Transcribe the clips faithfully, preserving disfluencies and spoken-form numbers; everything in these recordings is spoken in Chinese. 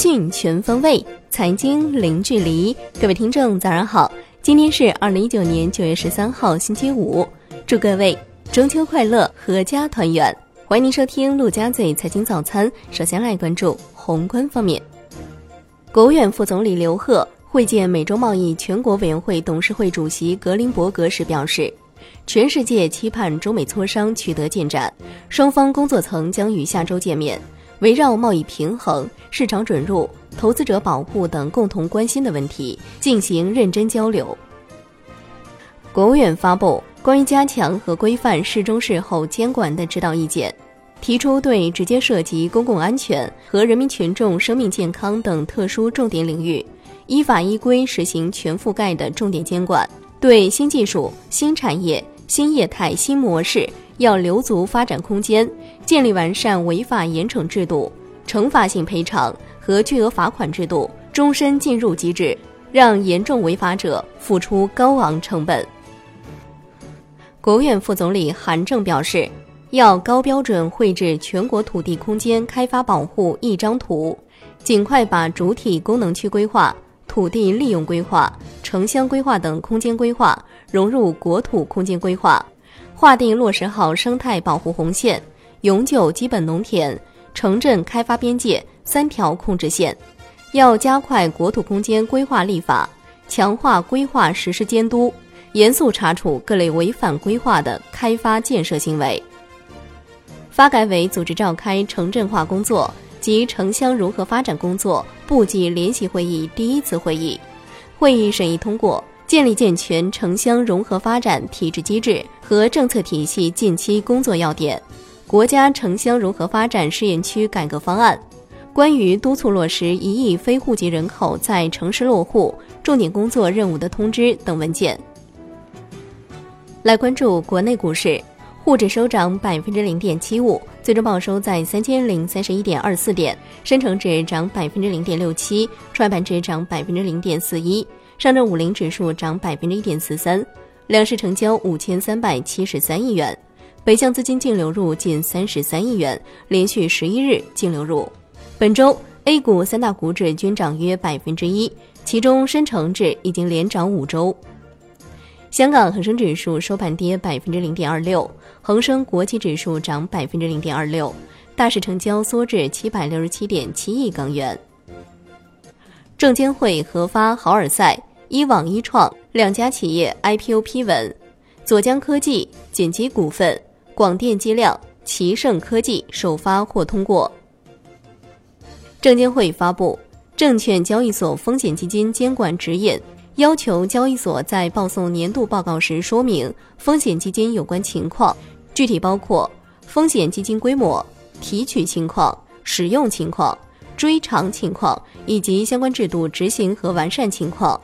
讯全方位，财经零距离。各位听众早上好，今天是二零一九年九月十三号星期五，祝各位中秋快乐，阖家团圆。欢迎您收听陆家嘴财经早餐。首先来关注宏观方面，国务院副总理刘鹤会见美洲贸易全国委员会董事会主席格林伯格时表示，全世界期盼中美磋商取得进展，双方工作层将于下周见面，围绕贸易平衡、市场准入、投资者保护等共同关心的问题进行认真交流。国务院发布关于加强和规范事中事后监管的指导意见，提出对直接涉及公共安全和人民群众生命健康等特殊重点领域，依法依规实行全覆盖的重点监管，对新技术、新产业、新业态、新模式要留足发展空间，建立完善违法严惩制度、惩罚性赔偿和巨额罚款制度、终身禁入机制，让严重违法者付出高昂成本。国务院副总理韩正表示，要高标准绘制全国土地空间开发保护一张图，尽快把主体功能区规划、土地利用规划、城乡规划等空间规划融入国土空间规划，划定落实好生态保护红线、永久基本农田、城镇开发边界三条控制线。要加快国土空间规划立法，强化规划实施监督，严肃查处各类违反规划的开发建设行为。发改委组织召开城镇化工作及城乡融合发展工作部级联席会议第一次会议，会议审议通过建立健全城乡融合发展体制机制和政策体系近期工作要点、国家城乡融合发展试验区改革方案、关于督促落实一亿非户籍人口在城市落户重点工作任务的通知等文件。来关注国内股市，沪指收涨百分之零点七五，最终报收在三千零三十一点二四点，深成指涨百分之零点六七，创业板指涨百分之零点四一，上证五零指数涨百分之一点四三，两市成交五千三百七十三亿元，北向资金净流入近三十三亿元，连续十一日净流入。本周 A 股三大股指均涨约百分之一，其中深成指已经连涨五周。香港恒生指数收盘跌百分之零点二六，恒生国际指数涨百分之零点二六，大市成交缩至七百六十七点七亿港元。证监会核发豪尔赛、一网一创两家企业 I P O 批文，左江科技、锦基股份、广电机量、奇盛科技首发或通过。证监会发布证券交易所风险基金监管指引，要求交易所在报送年度报告时说明风险基金有关情况，具体包括风险基金规模、提取情况、使用情况、追偿情况以及相关制度执行和完善情况。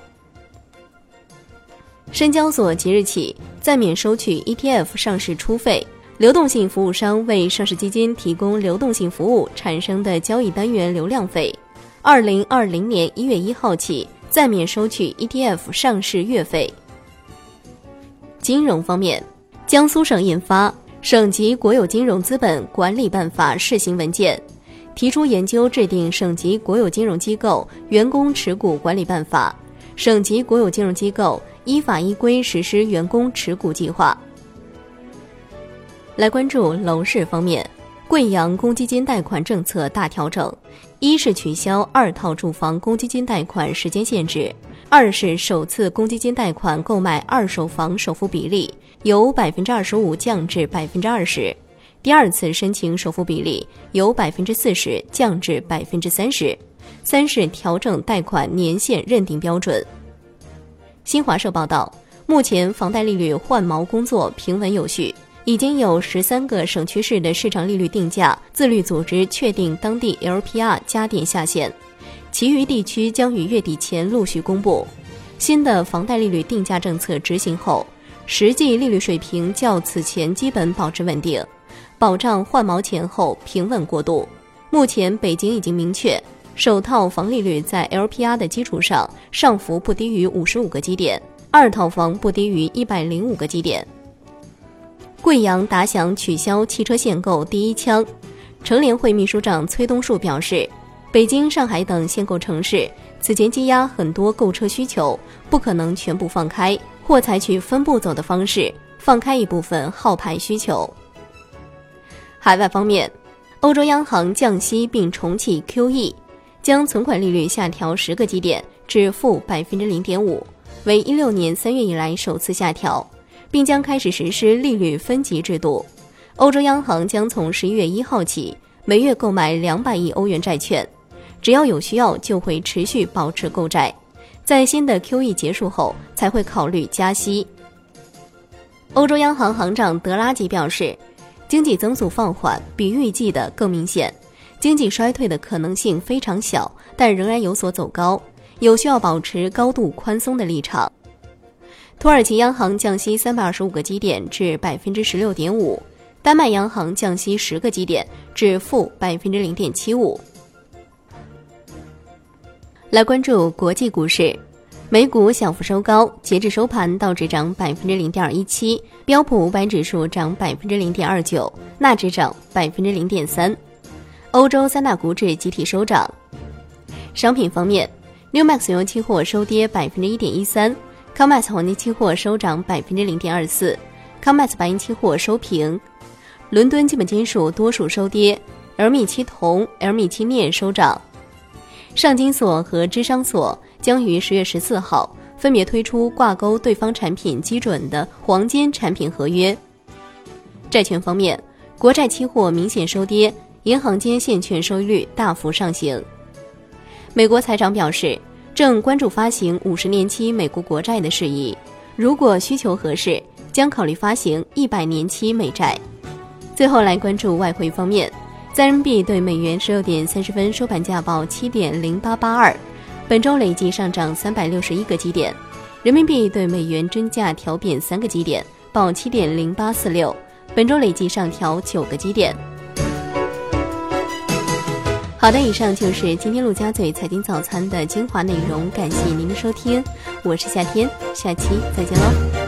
深交所即日起暂免收取 E T F 上市初费，流动性服务商为上市基金提供流动性服务产生的交易单元流量费，二零二零年一月一号起暂免收取 E T F 上市月费。金融方面，江苏省印发《省级国有金融资本管理办法》试行文件，提出研究制定省级国有金融机构员工持股管理办法，省级国有金融机构依法依规实施员工持股计划。来关注楼市方面，贵阳公积金贷款政策大调整，一是取消二套住房公积金贷款时间限制，二是首次公积金贷款购买二手房首付比例由 百分之二十五 降至 百分之二十， 第二次申请首付比例由 百分之四十 降至 百分之三十， 三是调整贷款年限认定标准。新华社报道，目前房贷利率换锚工作平稳有序，已经有十三个省区市的市场利率定价自律组织确定当地 L P R 家电下限，其余地区将于月底前陆续公布。新的房贷利率定价政策执行后，实际利率水平较此前基本保持稳定，保障换锚前后平稳过渡。目前北京已经明确，首套房利率在 L P R 的基础上上浮不低于五十五个基点，二套房不低于一百零五个基点。贵阳打响取消汽车限购第一枪，乘联会秘书长崔东树表示， 北京、上海等限购城市此前积压很多购车需求，不可能全部放开，或采取分步走的方式放开一部分号牌需求。海外方面，欧洲央行降息并重启 Q E， 将存款利率下调十个基点至负百分之零点五，为一六年三月以来首次下调，并将开始实施利率分级制度。欧洲央行将从十一月一号起，每月购买两百亿欧元债券，只要有需要就会持续保持购债，在新的 Q E 结束后才会考虑加息。欧洲央行行长德拉吉表示，经济增速放缓比预计的更明显，经济衰退的可能性非常小，但仍然有所走高，有需要保持高度宽松的立场。土耳其央行降息三百二十五个基点至百分之十六点五，丹麦央行降息十个基点至负百分之零点七五。来关注国际股市，美股小幅收高，截至收盘，道指涨百分之零点一七，标普五百指数涨百分之零点二九，纳指涨百分之零点三。欧洲三大股指集体收涨。商品方面 ，New Max 原油期货收跌百分之一点一三。COMEX 黄金期货收涨百分之零点二四 ，COMEX 白银期货收平。伦敦基本金属多数收跌 ，L M E 七铜、L M E 七镍收涨。上金所和芝商所将于十月十四号分别推出挂钩对方产品基准的黄金产品合约。债券方面，国债期货明显收跌，银行间现券收益率大幅上行。美国财长表示，正关注发行五十年期美国国债的事宜，如果需求合适，将考虑发行一百年期美债。最后来关注外汇方面，在人民币对美元十六点三十分收盘价报七点零八八二，本周累计上涨三百六十一个基点，人民币对美元真价调贬三个基点，报七点零八四六，本周累计上调九个基点。好的，以上就是今天陆家嘴财经早餐的精华内容，感谢您的收听，我是夏天，下期再见喽。